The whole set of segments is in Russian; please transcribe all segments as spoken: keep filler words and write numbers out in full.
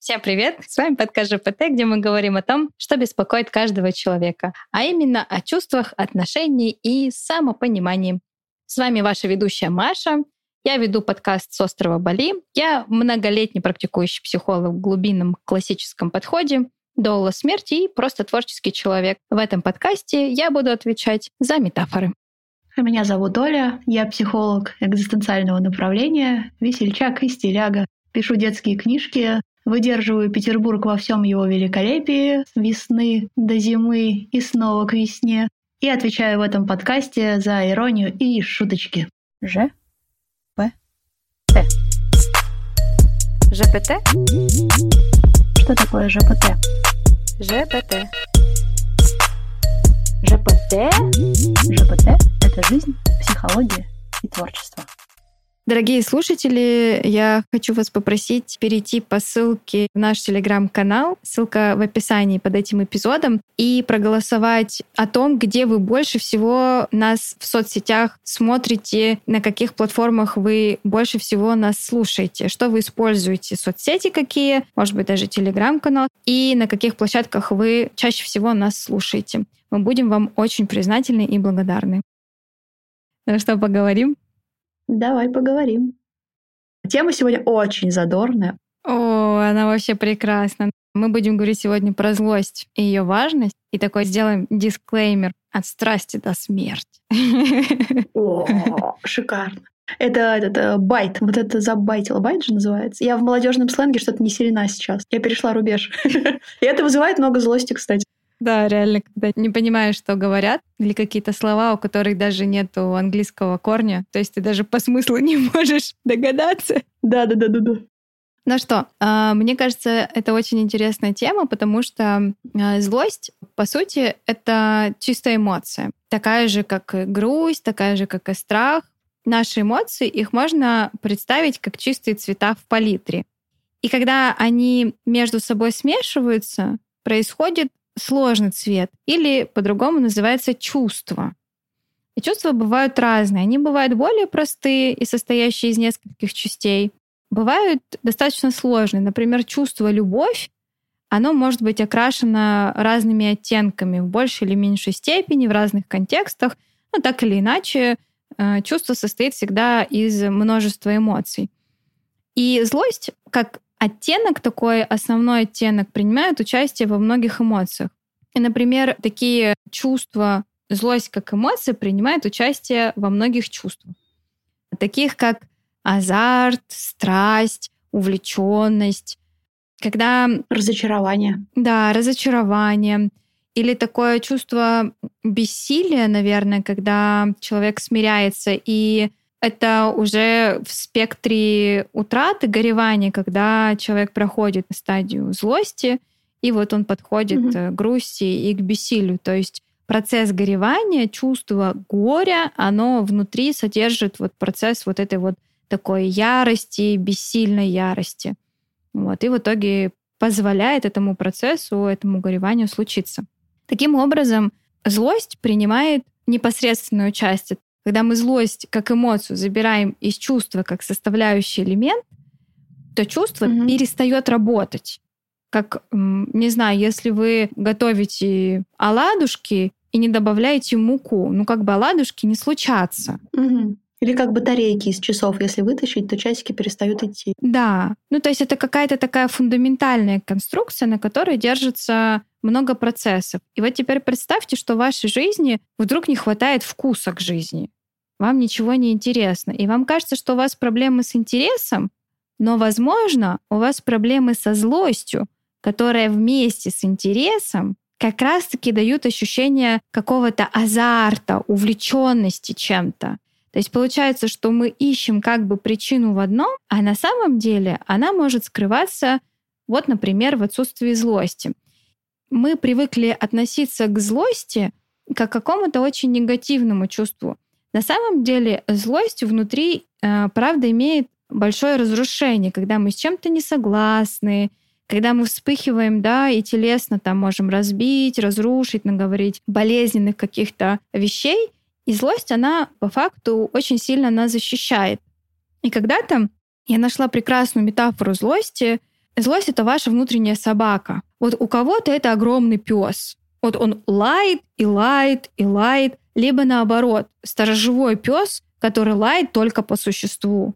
Всем привет! С вами подкаст ЖПТ, где мы говорим о том, что беспокоит каждого человека, а именно о чувствах, отношениях и самопонимании. С вами ваша ведущая Маша. Я веду подкаст с острова Бали. Я многолетний практикующий психолог в глубинном классическом подходе, доула смерти и просто творческий человек. В этом подкасте я буду отвечать за метафоры. Меня зовут Оля, я психолог экзистенциального направления, весельчак и стиляга. Пишу детские книжки, выдерживаю Петербург во всем его великолепии, с весны до зимы и снова к весне, и отвечаю в этом подкасте за иронию и шуточки. Ж. П. Т. ЖПТ? Что такое ЖПТ? ЖПТ. ЖПТ? ЖПТ — это жизнь, психология и творчество. Дорогие слушатели, я хочу вас попросить перейти по ссылке в наш телеграм-канал, ссылка в описании под этим эпизодом, и проголосовать о том, где вы больше всего нас в соцсетях смотрите, на каких платформах вы больше всего нас слушаете, что вы используете, соцсети какие, может быть, даже телеграм-канал, и на каких площадках вы чаще всего нас слушаете. Мы будем вам очень признательны и благодарны. Ну что, поговорим? Давай поговорим. Тема сегодня очень задорная. О, она вообще прекрасна. Мы будем говорить сегодня про злость и ее важность. И такой сделаем дисклеймер: от страсти до смерти. О, шикарно. Это этот байт. Вот это забайтило. Байт же называется. Я в молодежном сленге что-то не сильна сейчас. Я перешла рубеж. И это вызывает много злости, кстати. Да, реально, когда не понимаешь, что говорят, или какие-то слова, у которых даже нету английского корня, то есть ты даже по смыслу не можешь догадаться. Да-да-да-да-да. Ну что, мне кажется, это очень интересная тема, потому что злость, по сути, это чистая эмоция. Такая же, как и грусть, такая же, как и страх. Наши эмоции, их можно представить как чистые цвета в палитре. И когда они между собой смешиваются, происходит сложный цвет, или по-другому называется чувство. И чувства бывают разные. Они бывают более простые и состоящие из нескольких частей. Бывают достаточно сложные. Например, чувство «любовь», оно может быть окрашено разными оттенками в большей или меньшей степени, в разных контекстах. Но так или иначе, чувство состоит всегда из множества эмоций. И злость, как оттенок, такой основной оттенок, принимает участие во многих эмоциях. И, например, такие чувства, злость как эмоция, принимает участие во многих чувствах. Таких как азарт, страсть, увлеченность, когда... Разочарование. Да, разочарование. Или такое чувство бессилия, наверное, когда человек смиряется, и это уже в спектре утраты, горевания, когда человек проходит стадию злости, и вот он подходит mm-hmm. к грусти и к бессилию. То есть процесс горевания, чувство горя, оно внутри содержит вот процесс вот этой вот такой ярости, бессильной ярости. Вот. И в итоге позволяет этому процессу, этому гореванию случиться. Таким образом, злость принимает непосредственное участие. Когда мы злость как эмоцию забираем из чувства как составляющий элемент, то чувство mm-hmm. перестает работать. Как, не знаю, если вы готовите оладушки и не добавляете муку, ну как бы оладушки не случатся. Mm-hmm. Или как батарейки из часов, если вытащить, то часики перестают идти. Да, ну то есть это какая-то такая фундаментальная конструкция, на которой держится много процессов. И вот теперь представьте, что в вашей жизни вдруг не хватает вкуса к жизни. Вам ничего не интересно. И вам кажется, что у вас проблемы с интересом, но, возможно, у вас проблемы со злостью, которая вместе с интересом как раз-таки дают ощущение какого-то азарта, увлеченности чем-то. То есть получается, что мы ищем как бы причину в одном, а на самом деле она может скрываться, вот, например, в отсутствии злости. Мы привыкли относиться к злости как к какому-то очень негативному чувству. На самом деле злость внутри, правда, имеет большое разрушение, когда мы с чем-то не согласны, когда мы вспыхиваем, да, и телесно там можем разбить, разрушить, наговорить болезненных каких-то вещей. И злость, она по факту очень сильно нас защищает. И когда-то я нашла прекрасную метафору злости. злость — это ваша внутренняя собака. Вот у кого-то это огромный пес. Вот он лает и лает и лает. Либо наоборот, сторожевой пес, который лает только по существу.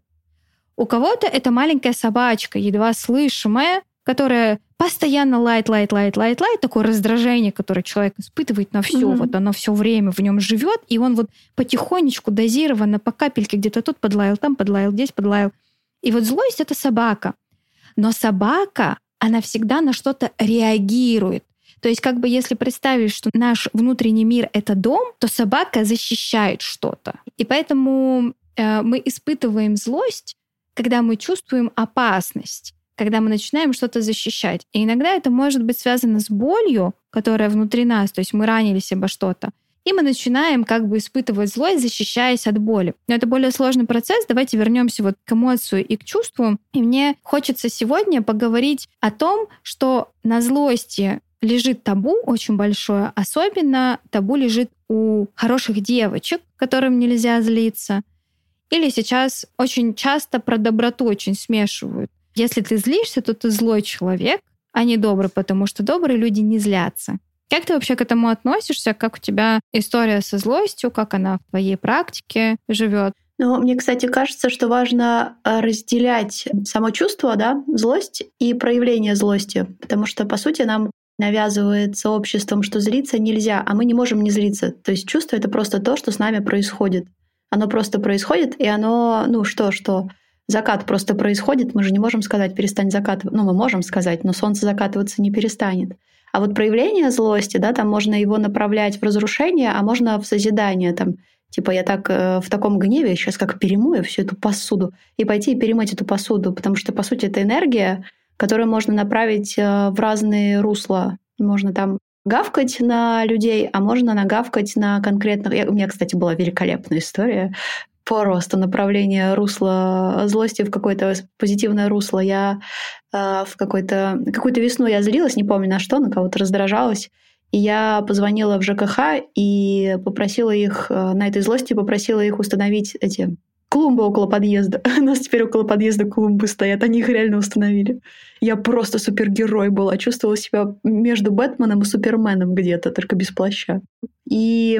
У кого-то это маленькая собачка, едва слышимая, которая постоянно лает, лает, лает, лает, лает. Такое раздражение, которое человек испытывает на все. Mm-hmm. Вот оно все время в нем живет, и он вот потихонечку, дозированно, по капельке где-то тут подлаял, там подлаял, здесь подлаял. И вот злость — это собака. Но собака, она всегда на что-то реагирует. То есть как бы если представить, что наш внутренний мир — это дом, то собака защищает что-то. И поэтому э, мы испытываем злость, когда мы чувствуем опасность, когда мы начинаем что-то защищать. И иногда это может быть связано с болью, которая внутри нас, то есть мы ранились обо что-то, и мы начинаем как бы испытывать злость, защищаясь от боли. Но это более сложный процесс. Давайте вернемся вот к эмоцию и к чувству. И мне хочется сегодня поговорить о том, что на злости лежит табу очень большое. Особенно табу лежит у хороших девочек, которым нельзя злиться. Или сейчас очень часто про доброту очень смешивают. Если ты злишься, то ты злой человек, а не добрый, потому что добрые люди не злятся. Как ты вообще к этому относишься? Как у тебя история со злостью? Как она в твоей практике живет? Ну, мне, кстати, кажется, что важно разделять само чувство, да, злость и проявление злости. Потому что, по сути, нам навязывается обществом, что злиться нельзя, а мы не можем не злиться. То есть чувство — это просто то, что с нами происходит. Оно просто происходит, и оно, ну что, что закат просто происходит, мы же не можем сказать «перестань закатывать». Ну, мы можем сказать, но солнце закатываться не перестанет. А вот проявление злости, да, там можно его направлять в разрушение, а можно в созидание. Там, типа я так э, в таком гневе сейчас как перемою всю эту посуду и пойти и перемыть эту посуду, потому что, по сути, это энергия, которую можно направить э, в разные русла. Можно там гавкать на людей, а можно нагавкать на конкретных... Я, у меня, кстати, была великолепная история. Просто направление русла злости в какое-то позитивное русло. Я э, в какой-то, какую-то весну я злилась, не помню на что, на кого-то раздражалась. И я позвонила в ЖКХ и попросила их, э, на этой злости попросила их установить эти клумбы около подъезда. У нас теперь около подъезда клумбы стоят, они их реально установили. Я просто супергерой была, чувствовала себя между Бэтменом и Суперменом где-то, только без плаща. И...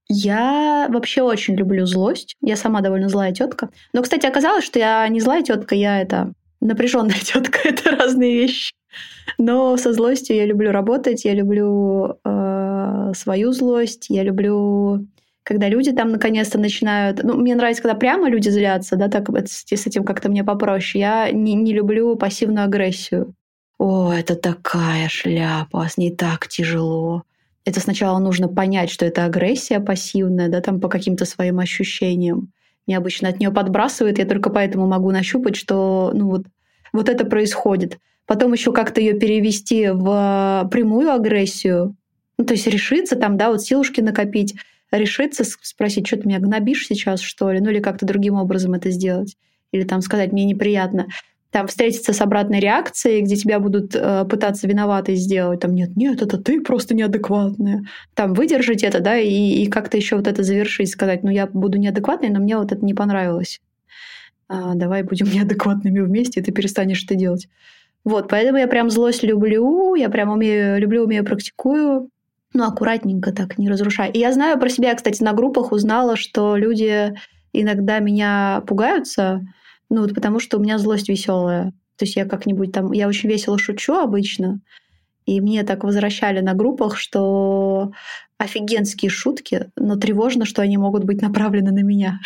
Я вообще очень люблю злость. Я сама довольно злая тетка. Но, кстати, оказалось, что я не злая тетка, я это напряженная тетка. Это разные вещи. Но со злостью я люблю работать, я люблю э, свою злость, я люблю, когда люди там наконец-то начинают. Ну, мне нравится, когда прямо люди злятся, да, так с этим как-то мне попроще. Я не, не люблю пассивную агрессию. О, это такая шляпа, с ней так тяжело. Это сначала нужно понять, что это агрессия пассивная, да, там по каким-то своим ощущениям. Меня обычно от нее подбрасывает, я только поэтому могу нащупать, что ну, вот, вот это происходит. Потом еще как-то ее перевести в прямую агрессию, ну, то есть решиться там, да, вот силушки накопить, решиться спросить, что ты меня гнобишь сейчас, что ли, ну или как-то другим образом это сделать. Или там сказать, мне неприятно. Там встретиться с обратной реакцией, где тебя будут э, пытаться виноватой сделать. Там нет, нет, это ты просто неадекватная. Там выдержать это, да, и, и как-то еще вот это завершить, сказать, ну я буду неадекватной, но мне вот это не понравилось. А, давай будем неадекватными вместе, и ты перестанешь это делать. Вот, поэтому я прям злость люблю, я прям умею, люблю, умею, практикую. Ну, аккуратненько так, не разрушай. И я знаю про себя, кстати, на группах узнала, что люди иногда меня пугаются, ну, вот потому что у меня злость веселая. То есть я как-нибудь там... Я очень весело шучу обычно, и мне так возвращали на группах, что офигенские шутки, но тревожно, что они могут быть направлены на меня.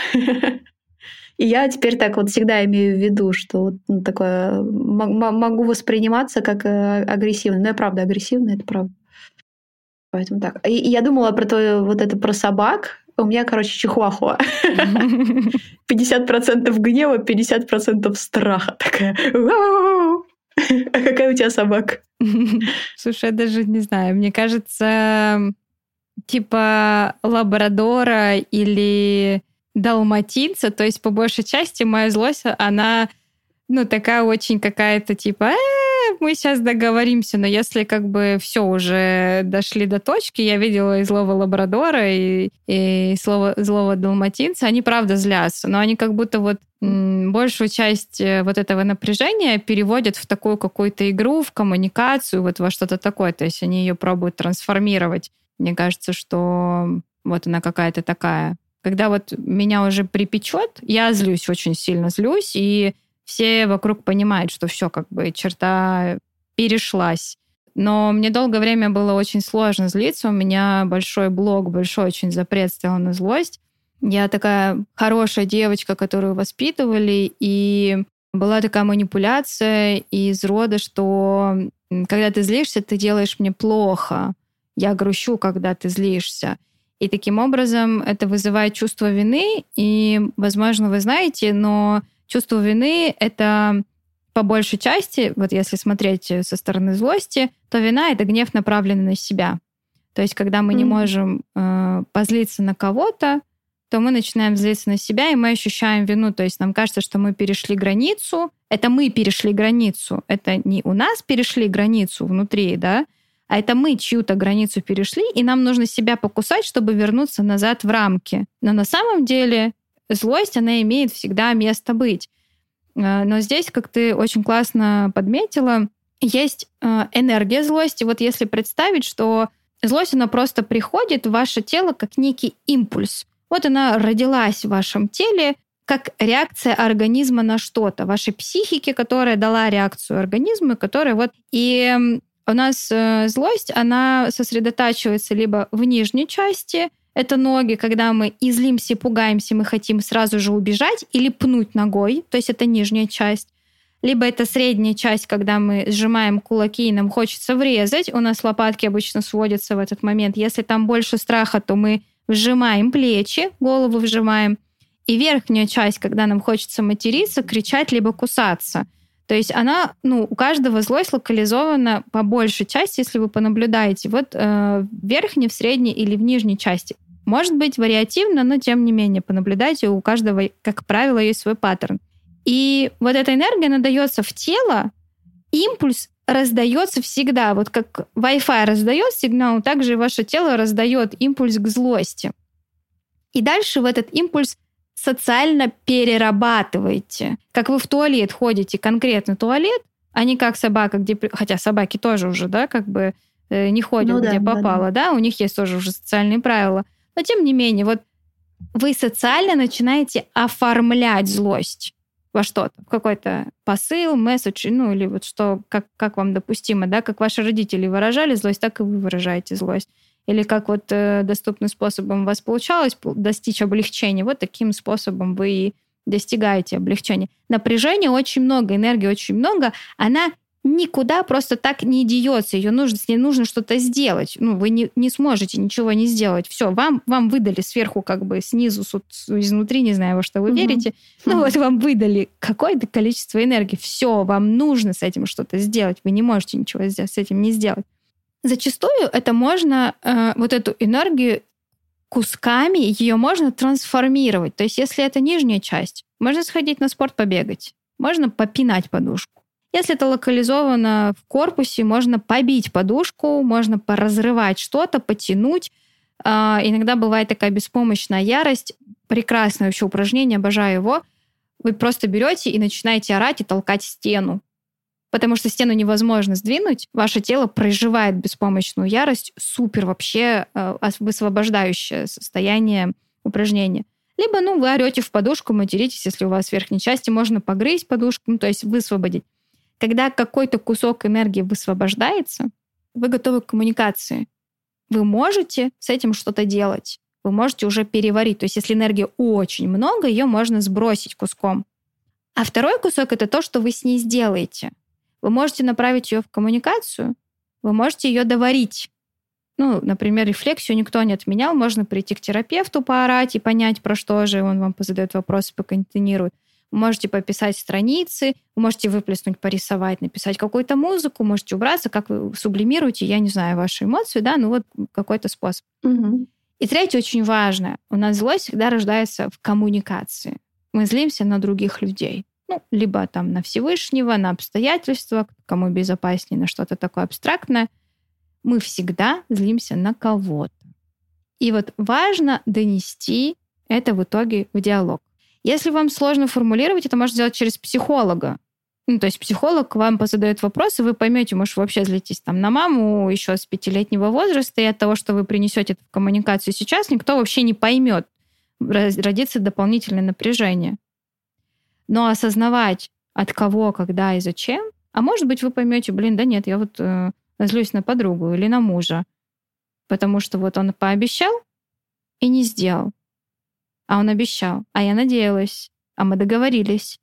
И я теперь так вот всегда имею в виду, что вот ну, такое... Могу восприниматься как агрессивно. Но я правда агрессивная, это правда. Поэтому так. И я думала про то, вот это про собак. У меня, короче, чихуахуа. пятьдесят процентов гнева, пятьдесят процентов страха. Такая. А какая у тебя собака? Слушай, я даже не знаю. Мне кажется, типа лабрадора или далматинца. То есть, по большей части, моя злость, она, ну, такая очень какая-то, типа, мы сейчас договоримся, но если как бы все уже дошли до точки, я видела и злого лабрадора, и, и злого, злого далматинца, они правда злятся, но они как будто вот м, большую часть вот этого напряжения переводят в такую какую-то игру, в коммуникацию, вот во что-то такое, то есть они ее пробуют трансформировать. Мне кажется, что вот она какая-то такая. Когда вот меня уже припечет, я злюсь, очень сильно злюсь, и все вокруг понимают, что все, как бы черта перешлась. Но мне долгое время было очень сложно злиться. У меня большой блок, большой очень запрет стоял на злость. Я такая хорошая девочка, которую воспитывали, и была такая манипуляция из рода, что когда ты злишься, ты делаешь мне плохо. Я грущу, когда ты злишься. И таким образом это вызывает чувство вины. И, возможно, вы знаете, но чувство вины — это по большей части, вот если смотреть со стороны злости, то вина — это гнев, направленный на себя. То есть когда мы mm-hmm. не можем э, позлиться на кого-то, то мы начинаем злиться на себя, и мы ощущаем вину. То есть нам кажется, что мы перешли границу. Это мы перешли границу. Это не у нас перешли границу внутри, да, а это мы чью-то границу перешли, и нам нужно себя покусать, чтобы вернуться назад в рамки. Но на самом деле злость, она имеет всегда место быть. Но здесь, как ты очень классно подметила, есть энергия злости. Вот если представить, что злость, она просто приходит в ваше тело как некий импульс. Вот она родилась в вашем теле как реакция организма на что-то, вашей психики, которая дала реакцию организму, которая вот... И у нас злость, она сосредотачивается либо в нижней части, это ноги, когда мы и злимся, и пугаемся, мы хотим сразу же убежать или пнуть ногой, то есть это нижняя часть. Либо это средняя часть, когда мы сжимаем кулаки, и нам хочется врезать, у нас лопатки обычно сводятся в этот момент. Если там больше страха, то мы вжимаем плечи, голову вжимаем. И верхняя часть, когда нам хочется материться, кричать, либо кусаться. То есть она, ну, у каждого злость локализована по большей части, если вы понаблюдаете, вот э, в верхней, в средней или в нижней части. Может быть вариативно, но тем не менее понаблюдайте, у каждого, как правило, есть свой паттерн. И вот эта энергия, она дается в тело, импульс раздается всегда. Вот как Wi-Fi раздает сигнал, так же и ваше тело раздает импульс к злости. И дальше в этот импульс социально перерабатываете. Как вы в туалет ходите, конкретно туалет, а не как собака, где... Хотя собаки тоже уже, да, как бы э, не ходят, ну, где да, попало, да, да. да, у них есть тоже уже социальные правила. Но тем не менее, вот вы социально начинаете оформлять злость во что-то, в какой-то посыл, месседж, ну или вот что, как, как вам допустимо, да, как ваши родители выражали злость, так и вы выражаете злость. Или как вот э, доступным способом у вас получалось достичь облегчения, вот таким способом вы и достигаете облегчения. Напряжения очень много, энергии очень много, она никуда просто так не деется, ее нужно, с ней нужно что-то сделать. Ну, вы не, не сможете ничего не сделать. Все, вам, вам выдали сверху, как бы снизу, изнутри, не знаю, во что вы mm-hmm. верите, ну вот вам выдали какое-то количество энергии. Все, вам нужно с этим что-то сделать. Вы не можете ничего с этим не сделать. Зачастую это можно, э, вот эту энергию кусками, ее можно трансформировать. То есть если это нижняя часть, можно сходить на спорт, побегать, можно попинать подушку. Если это локализовано в корпусе, можно побить подушку, можно поразрывать что-то, потянуть. Э, иногда бывает такая беспомощная ярость. Прекрасное вообще упражнение, обожаю его. Вы просто берете и начинаете орать и толкать стену. Потому что стену невозможно сдвинуть, ваше тело проживает беспомощную ярость, супер вообще э, высвобождающее состояние упражнения. Либо, ну, вы орете в подушку, материтесь, если у вас в верхней части, можно погрызть подушку, ну, то есть высвободить. Когда какой-то кусок энергии высвобождается, вы готовы к коммуникации. Вы можете с этим что-то делать, вы можете уже переварить. То есть если энергии очень много, ее можно сбросить куском. А второй кусок — это то, что вы с ней сделаете. Вы можете направить ее в коммуникацию, вы можете ее доварить. Ну, например, рефлексию никто не отменял. Можно прийти к терапевту, поорать и понять, про что же. Он вам позадает вопросы, поконтейнирует. Вы можете пописать страницы, вы можете выплеснуть, порисовать, написать какую-то музыку, можете убраться, как вы сублимируете, я не знаю, ваши эмоции, да, ну вот какой-то способ. Угу. И третье, очень важное. У нас злость всегда рождается в коммуникации. Мы злимся на других людей. Ну, либо там на Всевышнего, на обстоятельства, кому безопаснее, на что-то такое абстрактное. Мы всегда злимся на кого-то. И вот важно донести это в итоге в диалог. Если вам сложно формулировать, это можно сделать через психолога. Ну, то есть психолог вам позадает вопросы, вы поймете, может, вы вообще злитесь там на маму еще с пятилетнего возраста, и от того, что вы принесете это в коммуникацию сейчас, никто вообще не поймет. Родится дополнительное напряжение. Но осознавать, от кого, когда и зачем, а может быть, вы поймете, блин, да нет, я вот э, злюсь на подругу или на мужа, потому что вот он пообещал и не сделал. А он обещал, а я надеялась, а мы договорились.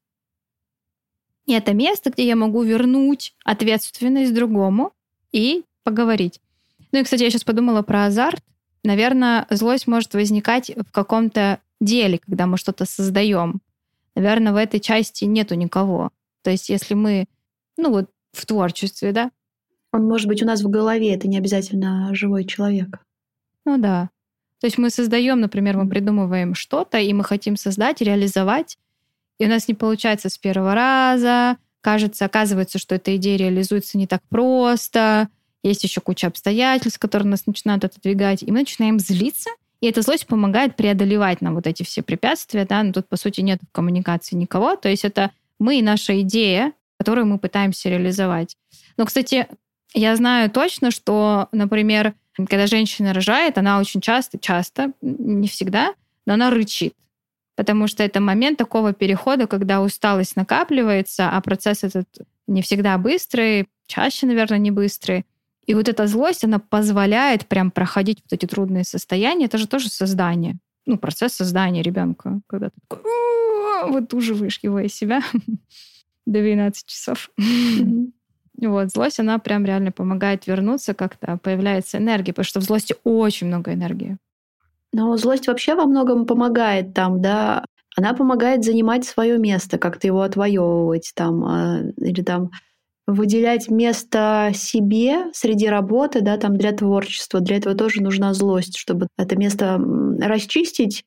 И это место, где я могу вернуть ответственность другому и поговорить. Ну и, кстати, я сейчас подумала про азарт. Наверное, злость может возникать в каком-то деле, когда мы что-то создаем. Наверное, в этой части нету никого. То есть если мы, ну вот в творчестве, да? Он может быть у нас в голове, это не обязательно живой человек. Ну да. То есть мы создаем, например, мы придумываем что-то, и мы хотим создать, реализовать, и у нас не получается с первого раза. Кажется, оказывается, что эта идея реализуется не так просто. Есть еще куча обстоятельств, которые нас начинают отодвигать. И мы начинаем злиться. И эта злость помогает преодолевать нам вот эти все препятствия. Да? Но тут, по сути, нет в коммуникации никого. То есть это мы и наша идея, которую мы пытаемся реализовать. Но, кстати, я знаю точно, что, например, когда женщина рожает, она очень часто, часто, не всегда, но она рычит. Потому что это момент такого перехода, когда усталость накапливается, а процесс этот не всегда быстрый, чаще, наверное, не быстрый. И вот эта злость, она позволяет прям проходить вот эти трудные состояния. Это же тоже создание. Ну, процесс создания ребенка. Когда ты такой выдуживаешь его из себя до двенадцати часов. Вот, злость, она прям реально помогает вернуться как-то, появляется энергия, потому что в злости очень много энергии. Но злость вообще во многом помогает там, да. Она помогает занимать свое место, как-то его отвоевывать там, или там выделять место себе среди работы, да, там для творчества. Для этого тоже нужна злость, чтобы это место расчистить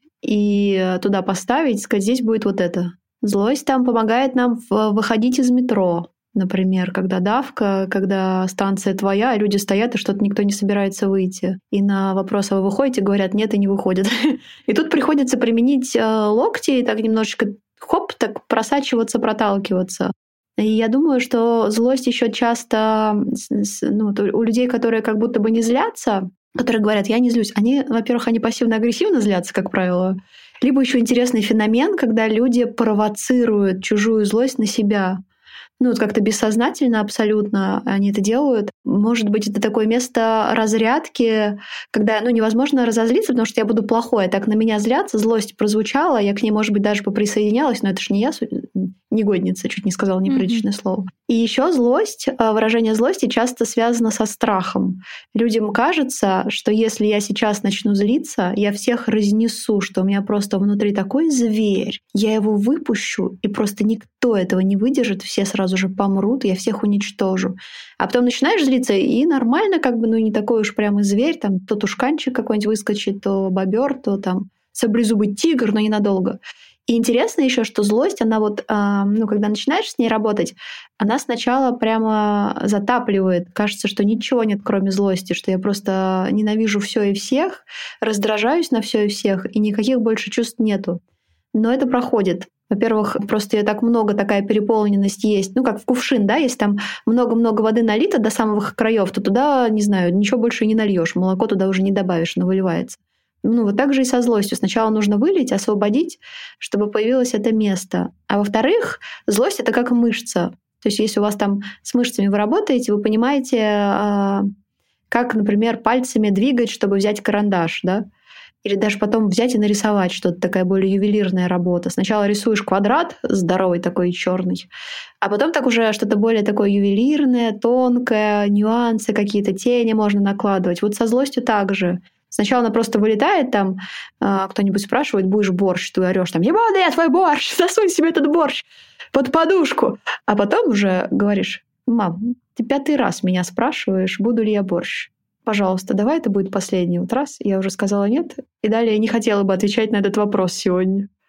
и туда поставить, сказать, здесь будет вот это. Злость там помогает нам выходить из метро. Например, когда давка, когда станция твоя, а люди стоят, и что-то никто не собирается выйти. И на вопрос, а вы выходите, говорят, нет, и не выходят. И тут приходится применить локти и так немножечко, хоп, так просачиваться, проталкиваться. И я думаю, что злость еще часто, ну, у людей, которые как будто бы не злятся, которые говорят, я не злюсь, они, во-первых, они пассивно-агрессивно злятся, как правило. Либо еще интересный феномен, когда люди провоцируют чужую злость на себя. Ну, вот как-то бессознательно абсолютно они это делают. Может быть, это такое место разрядки, когда, ну, невозможно разозлиться, потому что я буду плохой, а так на меня злятся, злость прозвучала, я к ней, может быть, даже поприсоединялась, но это же не я, негодница, чуть не сказала неприличное mm-hmm. слово. И еще злость, выражение злости часто связано со страхом. Людям кажется, что если я сейчас начну злиться, я всех разнесу, что у меня просто внутри такой зверь, я его выпущу, и просто никто этого не выдержит, все сразу же помрут, я всех уничтожу. А потом начинаешь злиться, и нормально, как бы, ну, не такой уж прямо зверь, там, то тушканчик какой-нибудь выскочит, то бобер, то там саблезубый тигр, но ненадолго. И интересно еще, что злость, она вот, ну, когда начинаешь с ней работать, она сначала прямо затапливает. Кажется, что ничего нет, кроме злости, что я просто ненавижу все и всех, раздражаюсь на все и всех, и никаких больше чувств нету. Но это проходит. Во-первых, просто так много, такая переполненность есть. Ну, как в кувшин, да, если там много-много воды налито до самых краев, то туда, не знаю, ничего больше не нальешь, молоко туда уже не добавишь, оно выливается. Ну, вот так же и со злостью. Сначала нужно вылить, освободить, чтобы появилось это место. А во-вторых, злость — это как мышца. То есть если у вас там с мышцами вы работаете, вы понимаете, как, например, пальцами двигать, чтобы взять карандаш, да? Или даже потом взять и нарисовать что-то, такая более ювелирная работа. Сначала рисуешь квадрат здоровый такой черный, а потом так уже что-то более такое ювелирное, тонкое, нюансы какие-то, тени можно накладывать. Вот со злостью так же. Сначала она просто вылетает, там кто-нибудь спрашивает, будешь борщ, ты орешь там, не буду я твой борщ, засунь себе этот борщ под подушку. А потом уже говоришь, мам, ты пятый раз меня спрашиваешь, буду ли я борщ. Пожалуйста, давай это будет последний вот раз. Я уже сказала нет. И далее я не хотела бы отвечать на этот вопрос сегодня.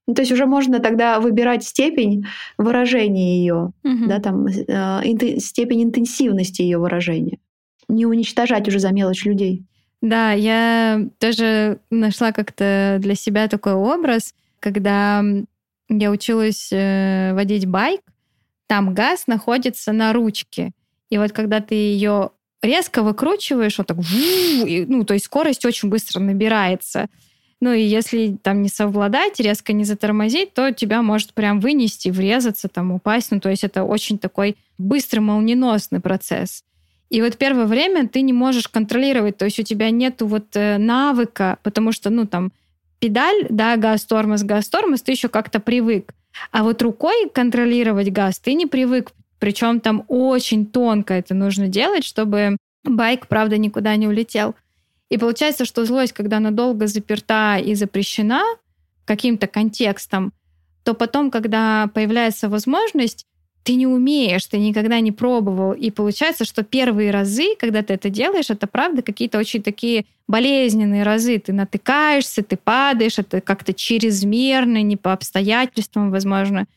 Ну, то есть уже можно тогда выбирать степень выражения ее, Мгм. да, там, э, инте- степень интенсивности ее выражения. Не уничтожать уже за мелочь людей. Да, я тоже нашла как-то для себя такой образ, когда м, я училась э, водить байк, там газ находится на ручке. И вот когда ты ее резко выкручиваешь, вот так, ву, и, ну, то есть скорость очень быстро набирается. Ну и если там не совладать, резко не затормозить, то тебя может прям вынести, врезаться, там, упасть. Ну, то есть это очень такой быстрый, молниеносный процесс. И вот первое время ты не можешь контролировать, то есть у тебя нету вот э, навыка, потому что, ну, там, педаль, да, газ, тормоз, газ, тормоз, ты еще как-то привык. А вот рукой контролировать газ ты не привык. Причем там очень тонко это нужно делать, чтобы байк, правда, никуда не улетел. И получается, что злость, когда она долго заперта и запрещена каким-то контекстом, то потом, когда появляется возможность, ты не умеешь, ты никогда не пробовал. И получается, что первые разы, когда ты это делаешь, это правда какие-то очень такие болезненные разы. Ты натыкаешься, ты падаешь, это как-то чрезмерно, не по обстоятельствам, возможно.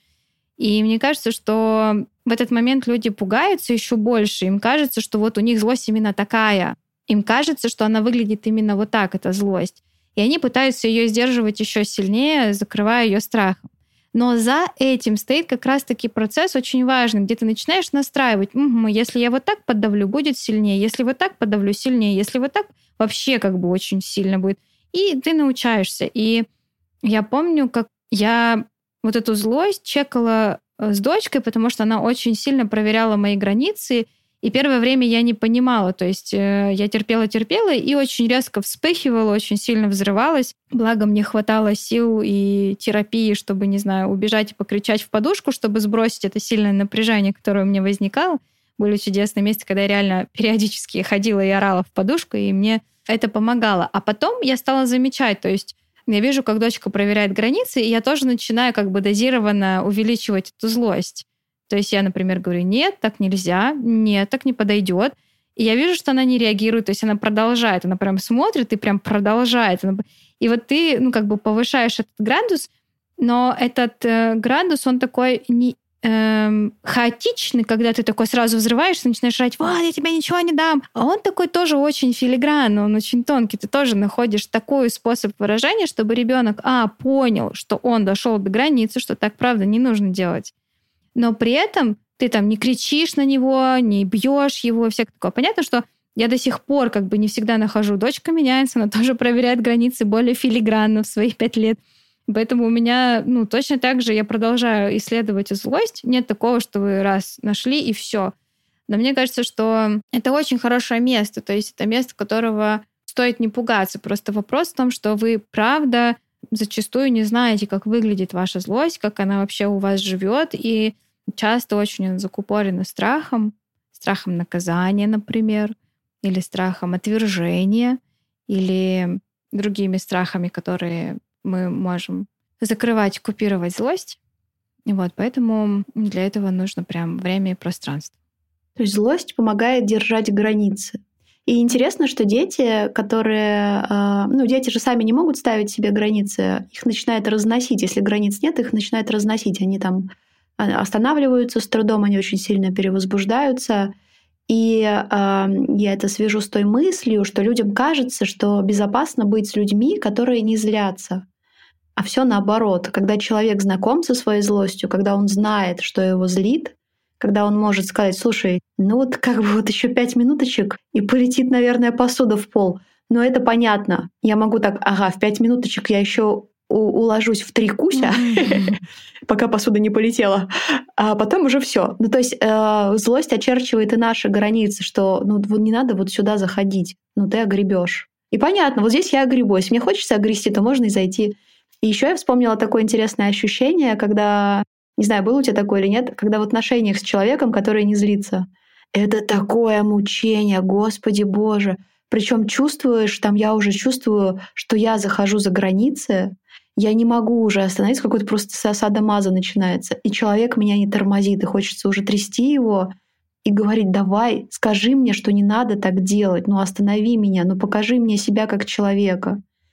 И мне кажется, что в этот момент люди пугаются еще больше. Им кажется, что вот у них злость именно такая. Им кажется, что она выглядит именно вот так, эта злость. И они пытаются ее сдерживать еще сильнее, закрывая ее страхом. Но за этим стоит как раз-таки процесс очень важный, где ты начинаешь настраивать, угу, если я вот так подавлю, будет сильнее, если вот так подавлю, сильнее, если вот так, вообще как бы очень сильно будет. И ты научаешься. И я помню, как я вот эту злость чекала с дочкой, потому что она очень сильно проверяла мои границы, и первое время я не понимала, то есть э, я терпела-терпела и очень резко вспыхивала, очень сильно взрывалась. Благо мне хватало сил и терапии, чтобы, не знаю, убежать и покричать в подушку, чтобы сбросить это сильное напряжение, которое у меня возникало. Были чудесные места, когда я реально периодически ходила и орала в подушку, и мне это помогало. А потом я стала замечать, то есть я вижу, как дочка проверяет границы, и я тоже начинаю как бы дозированно увеличивать эту злость. То есть я, например, говорю, нет, так нельзя, нет, так не подойдет. И я вижу, что она не реагирует, то есть она продолжает, она прям смотрит и прям продолжает. И вот ты, ну, как бы повышаешь этот градус, но этот э, градус, он такой не, эм, хаотичный, когда ты такой сразу взрываешься, начинаешь орать, вот, я тебе ничего не дам. А он такой тоже очень филигранный, он очень тонкий. Ты тоже находишь такой способ выражения, чтобы ребенок, а, понял, что он дошел до границы, что так, правда, не нужно делать. Но при этом ты там не кричишь на него, не бьешь его, всякое такое. Понятно, что я до сих пор как бы не всегда нахожу. Дочка меняется, она тоже проверяет границы более филигранно в свои пять лет. Поэтому у меня, ну, точно так же я продолжаю исследовать злость. Нет такого, что вы раз нашли и все. Но мне кажется, что это очень хорошее место. То есть это место, которого стоит не пугаться. Просто вопрос в том, что вы правда зачастую не знаете, как выглядит ваша злость, как она вообще у вас живет, и часто очень закупорена страхом, страхом наказания, например, или страхом отвержения, или другими страхами, которые мы можем закрывать, купировать злость. Вот, поэтому для этого нужно прям время и пространство. То есть злость помогает держать границы. И интересно, что дети, которые... Ну, дети же сами не могут ставить себе границы, их начинает разносить. Если границ нет, их начинает разносить. Они там останавливаются с трудом, они очень сильно перевозбуждаются. И э, я это свяжу с той мыслью, что людям кажется, что безопасно быть с людьми, которые не злятся. А все наоборот. Когда человек знаком со своей злостью, когда он знает, что его злит, когда он может сказать, слушай, ну вот как бы вот еще пять минуточек, и полетит, наверное, посуда в пол. Но это понятно. Я могу так, ага, в пять минуточек я еще уложусь в три куся, mm-hmm. пока посуда не полетела, а потом уже все. Ну, то есть э, злость очерчивает и наши границы, что ну вот не надо вот сюда заходить, ну ты огребешь. И понятно, вот здесь я огребу. Если мне хочется огрести, то можно и зайти. И еще я вспомнила такое интересное ощущение, когда, не знаю, было у тебя такое или нет, когда в отношениях с человеком, который не злится. Это такое мучение, Господи Боже. Причем чувствуешь, там я уже чувствую, что я захожу за границы, я не могу уже остановиться, какой-то просто садомаза начинается. И человек меня не тормозит, и хочется уже трясти его и говорить, давай, скажи мне, что не надо так делать, ну останови меня, ну покажи мне себя как человека.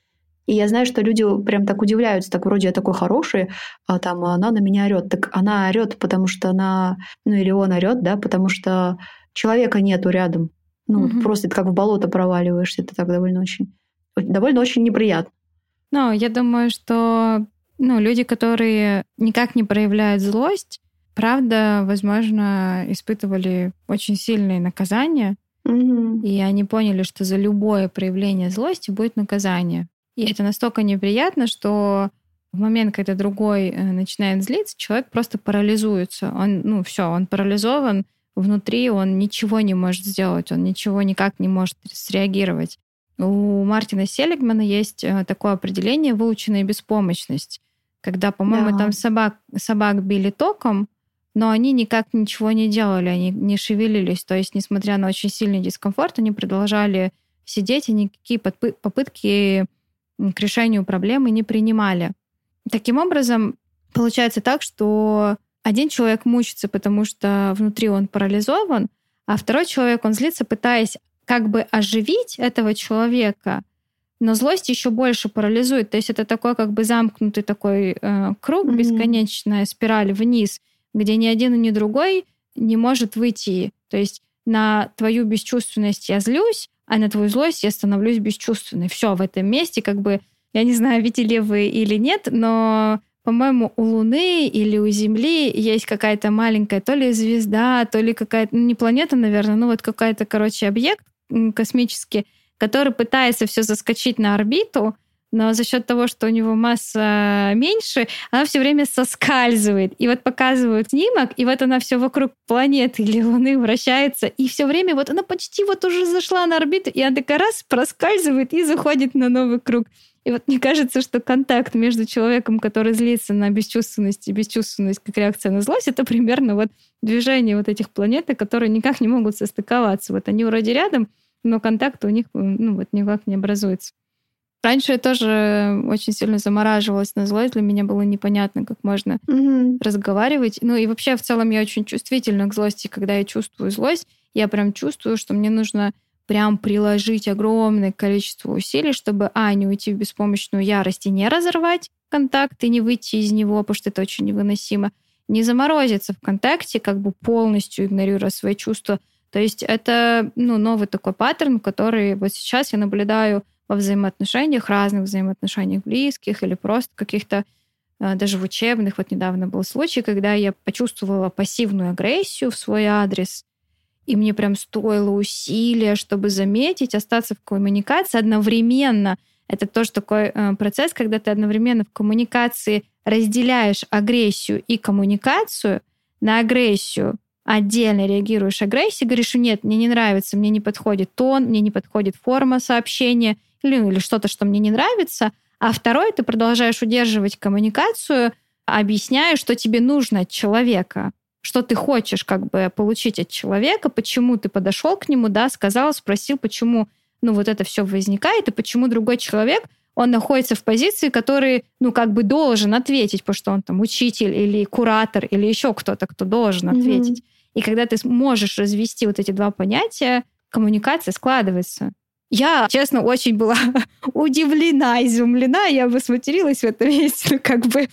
И я знаю, что люди прям так удивляются, так вроде я такой хороший, а там она на меня орёт. Так она орёт, потому что она, ну или он орёт, да, потому что человека нету рядом. Ну вот Мгм. просто это как в болото проваливаешься, это так довольно очень, довольно очень неприятно. Ну, я думаю, что ну, люди, которые никак не проявляют злость, правда, возможно, испытывали очень сильные наказания, Мгм. и они поняли, что за любое проявление злости будет наказание. И это настолько неприятно, что в момент, когда другой э, начинает злиться, человек просто парализуется. Он, ну, все, он парализован внутри, он ничего не может сделать, он ничего никак не может среагировать. У Мартина Селигмана есть э, такое определение выученная беспомощность, когда, по-моему, Да. там собак, собак били током, но они никак ничего не делали, они не шевелились. То есть, несмотря на очень сильный дискомфорт, они продолжали сидеть, и никакие подпы- попытки к решению проблемы не принимали. Таким образом, получается так, что один человек мучится, потому что внутри он парализован, а второй человек, он злится, пытаясь как бы оживить этого человека, но злость еще больше парализует. То есть это такой как бы замкнутый такой э, круг, Мгм. бесконечная спираль вниз, где ни один, ни другой не может выйти. То есть на твою бесчувственность я злюсь, а на твою злость я становлюсь бесчувственной. Все в этом месте, как бы, я не знаю, видели вы или нет, но, по-моему, у Луны или у Земли есть какая-то маленькая то ли звезда, то ли какая-то, ну, не планета, наверное, ну вот какая-то, короче, объект м, космический, который пытается все заскочить на орбиту, но за счет того, что у него масса меньше, она все время соскальзывает. И вот показывают снимок, и вот она все вокруг планеты или Луны вращается, и все время вот она почти вот уже зашла на орбиту, и она такая раз проскальзывает и заходит на новый круг. И вот мне кажется, что контакт между человеком, который злится на бесчувственность, и бесчувственность как реакция на злость, это примерно вот движение вот этих планет, которые никак не могут состыковаться. Вот они вроде рядом, но контакт у них ну, вот никак не образуется. Раньше я тоже очень сильно замораживалась на злость. Для меня было непонятно, как можно Мгм. разговаривать. Ну и вообще в целом я очень чувствительна к злости. Когда я чувствую злость, я прям чувствую, что мне нужно прям приложить огромное количество усилий, чтобы, а, не уйти в беспомощную ярость и не разорвать контакт, и не выйти из него, потому что это очень невыносимо, не заморозиться в контакте, как бы полностью игнорируя свои чувства. То есть это ну, новый такой паттерн, который вот сейчас я наблюдаю во взаимоотношениях, разных взаимоотношениях близких или просто каких-то а, даже в учебных. Вот недавно был случай, когда я почувствовала пассивную агрессию в свой адрес, и мне прям стоило усилия, чтобы заметить, остаться в коммуникации одновременно. Это тоже такой э, процесс, когда ты одновременно в коммуникации разделяешь агрессию и коммуникацию. На агрессию отдельно реагируешь агрессией, говоришь, нет, мне не нравится, мне не подходит тон, мне не подходит форма сообщения или, или что-то, что мне не нравится. А второй, ты продолжаешь удерживать коммуникацию, объясняя, что тебе нужно от человека, что ты хочешь как бы получить от человека, почему ты подошел к нему, да, сказал, спросил, почему ну, вот это все возникает, и почему другой человек, он находится в позиции, который, ну, как бы должен ответить, потому что он там учитель или куратор, или еще кто-то, кто должен ответить. Mm-hmm. И когда ты можешь развести вот эти два понятия, коммуникация складывается. Я, честно, очень была удивлена, изумлена, я бы сматерилась в этом месте, ну, как бы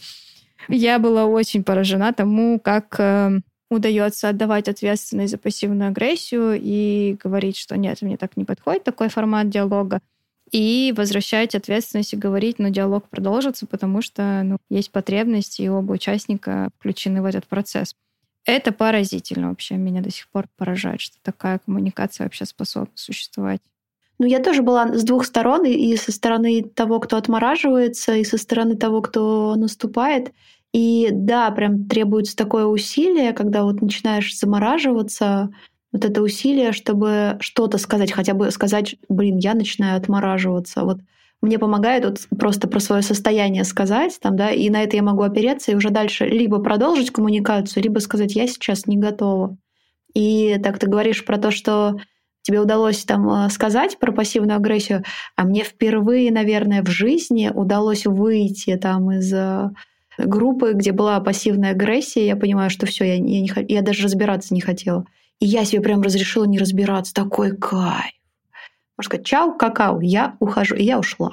я была очень поражена тому, как э, удается отдавать ответственность за пассивную агрессию и говорить, что нет, мне так не подходит такой формат диалога, и возвращать ответственность и говорить, но диалог продолжится, потому что ну, есть потребность, и оба участника включены в этот процесс. Это поразительно вообще. Меня до сих пор поражает, что такая коммуникация вообще способна существовать. Ну, я тоже была с двух сторон, и со стороны того, кто отмораживается, и со стороны того, кто наступает. И да, прям требуется такое усилие, когда вот начинаешь замораживаться, вот это усилие, чтобы что-то сказать, хотя бы сказать, блин, я начинаю отмораживаться. Вот мне помогает вот просто про свое состояние сказать, там, да, и на это я могу опереться и уже дальше либо продолжить коммуникацию, либо сказать, я сейчас не готова. И так ты говоришь про то, что тебе удалось там сказать про пассивную агрессию, а мне впервые, наверное, в жизни удалось выйти там из группы, где была пассивная агрессия. Я понимаю, что все, я, я, не, я даже разбираться не хотела. И я себе прям разрешила не разбираться. Такой кайф. Можно сказать, чао, какао, я ухожу. И я ушла.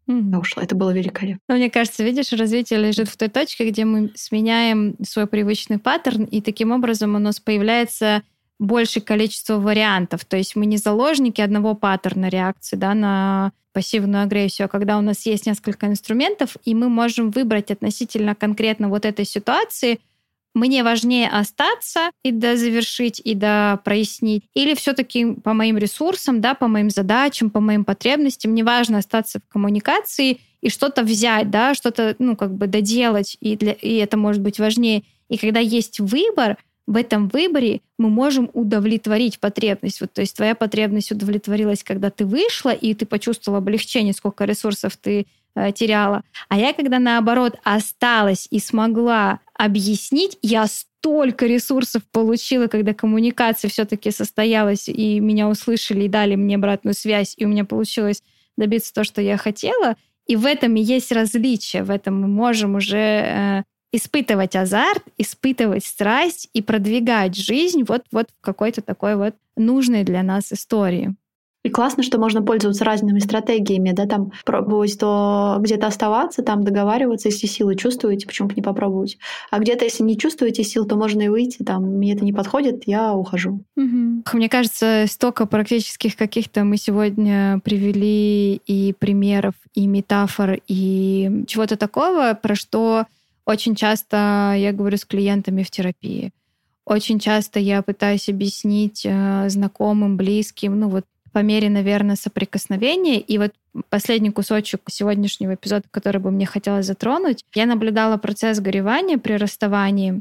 Mm. Я ушла. Это было великолепно. Но мне кажется, видишь, развитие лежит в той точке, где мы сменяем свой привычный паттерн, и таким образом у нас появляется большее количество вариантов. То есть мы не заложники одного паттерна реакции, да, на пассивную агрессию, а когда у нас есть несколько инструментов, и мы можем выбрать относительно конкретно вот этой ситуации, мне важнее остаться и дозавершить, и допрояснить, или все-таки по моим ресурсам, да, по моим задачам, по моим потребностям, мне важно остаться в коммуникации и что-то взять, да, что-то, ну, как бы доделать, и, для, и это может быть важнее. И когда есть выбор, в этом выборе мы можем удовлетворить потребность. Вот, то есть твоя потребность удовлетворилась, когда ты вышла, и ты почувствовала облегчение, сколько ресурсов ты э, теряла. А я, когда наоборот осталась и смогла объяснить, я столько ресурсов получила, когда коммуникация все-таки состоялась, и меня услышали, и дали мне обратную связь, и у меня получилось добиться того, что я хотела. И в этом и есть различие. В этом мы можем уже... Э, испытывать азарт, испытывать страсть и продвигать жизнь вот, вот в какой-то такой вот нужной для нас истории. И классно, что можно пользоваться разными стратегиями, да, там пробовать то где-то оставаться, там договариваться, если силы чувствуете, почему бы не попробовать. А где-то, если не чувствуете сил, то можно и выйти, там, мне это не подходит, я ухожу. Угу. Мне кажется, столько практических каких-то мы сегодня привели и примеров, и метафор, и чего-то такого, про что очень часто я говорю с клиентами в терапии. Очень часто я пытаюсь объяснить э, знакомым, близким, ну вот по мере, наверное, соприкосновения. И вот последний кусочек сегодняшнего эпизода, который бы мне хотелось затронуть, я наблюдала процесс горевания при расставании.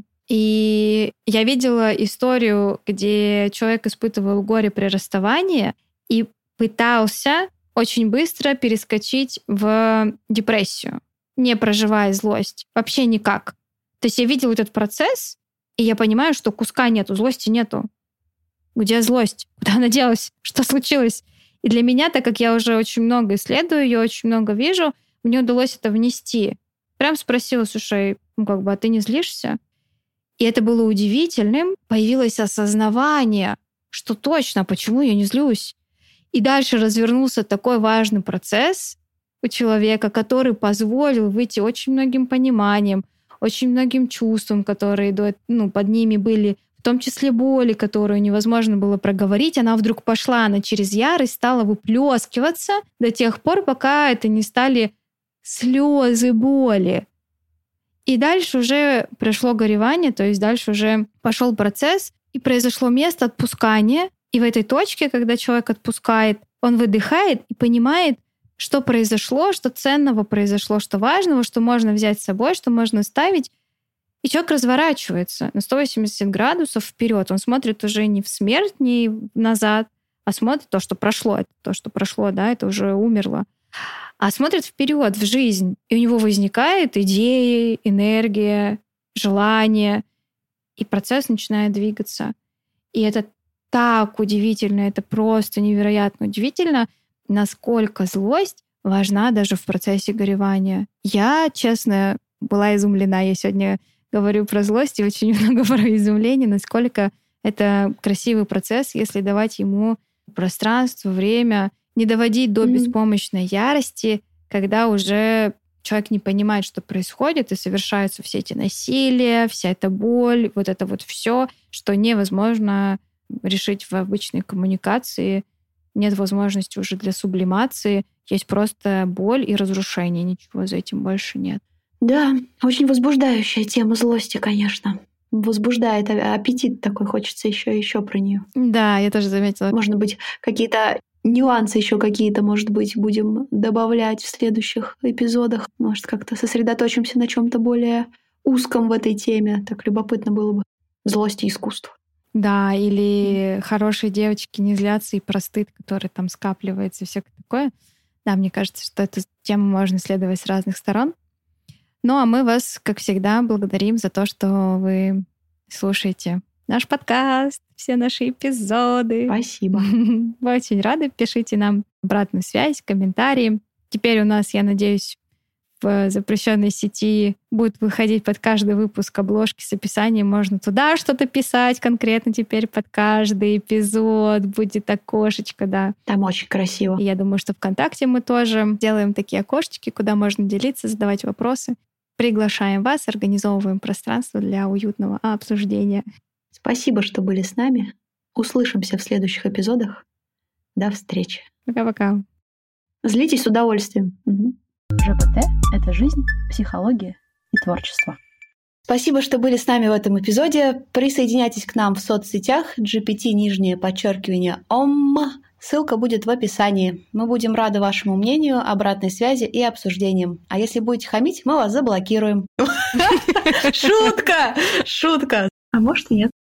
И я видела историю, где человек испытывал горе при расставании и пытался очень быстро перескочить в депрессию, не проживая злость. Вообще никак. То есть я видела этот процесс, и я понимаю, что куска нету, злости нету. Где злость? Куда она делась? Что случилось? И для меня, так как я уже очень много исследую ее, очень много вижу, мне удалось это внести. Прям спросила: слушай, ну как бы, а ты не злишься? И это было удивительным. Появилось осознавание, что точно, почему я не злюсь? И дальше развернулся такой важный процесс у человека, который позволил выйти очень многим пониманиям, очень многим чувствам, которые до, ну, под ними были, в том числе боли, которую невозможно было проговорить. Она вдруг пошла, она через ярость стала выплескиваться до тех пор, пока это не стали слезы боли. И дальше уже пришло горевание, то есть дальше уже пошел процесс, и произошло место отпускания. И в этой точке, когда человек отпускает, он выдыхает и понимает, что произошло, что ценного произошло, что важного, что можно взять с собой, что можно оставить. И человек разворачивается на сто восемьдесят градусов вперед. Он смотрит уже не в смерть, не назад, а смотрит то, что прошло. Это то, что прошло, да, это уже умерло. А смотрит вперед, в жизнь. И у него возникает идеи, энергия, желание. И процесс начинает двигаться. И это так удивительно, это просто невероятно удивительно, насколько злость важна даже в процессе горевания. Я, честно, была изумлена. Я сегодня говорю про злость и очень много про изумление, насколько это красивый процесс, если давать ему пространство, время, не доводить до беспомощной ярости, когда уже человек не понимает, что происходит, и совершаются все эти насилия, вся эта боль, вот это вот все, что невозможно решить в обычной коммуникации. Нет возможности уже для сублимации. Есть просто боль и разрушение. Ничего за этим больше нет. Да, очень возбуждающая тема злости, конечно. Возбуждает аппетит такой, хочется еще и еще про нее. Да, я тоже заметила. Может быть, какие-то нюансы еще какие-то, может быть, будем добавлять в следующих эпизодах. Может, как-то сосредоточимся на чем-то более узком в этой теме. Так любопытно было бы. Злость и искусство. Да, или хорошие девочки не злятся, и про стыд, который там скапливается, и все такое. Да, мне кажется, что эту тему можно исследовать с разных сторон. Ну, а мы вас, как всегда, благодарим за то, что вы слушаете наш подкаст, все наши эпизоды. Спасибо. Мы очень рады. Пишите нам обратную связь, комментарии. Теперь у нас, я надеюсь, в в запрещенной сети будет выходить под каждый выпуск обложки с описанием. Можно туда что-то писать конкретно теперь под каждый эпизод. Будет окошечко, да. Там очень красиво. И я думаю, что ВКонтакте мы тоже делаем такие окошечки, куда можно делиться, задавать вопросы. Приглашаем вас, организовываем пространство для уютного обсуждения. Спасибо, что были с нами. Услышимся в следующих эпизодах. До встречи. Пока-пока. Злитесь с удовольствием. Угу. ЖПТ — это жизнь, психология и творчество. Спасибо, что были с нами в этом эпизоде. Присоединяйтесь к нам в соцсетях джи пи ти нижнее подчеркивание ом. Ссылка будет в описании. Мы будем рады вашему мнению, обратной связи и обсуждениям. А если будете хамить, мы вас заблокируем. Шутка! Шутка! А может и нет.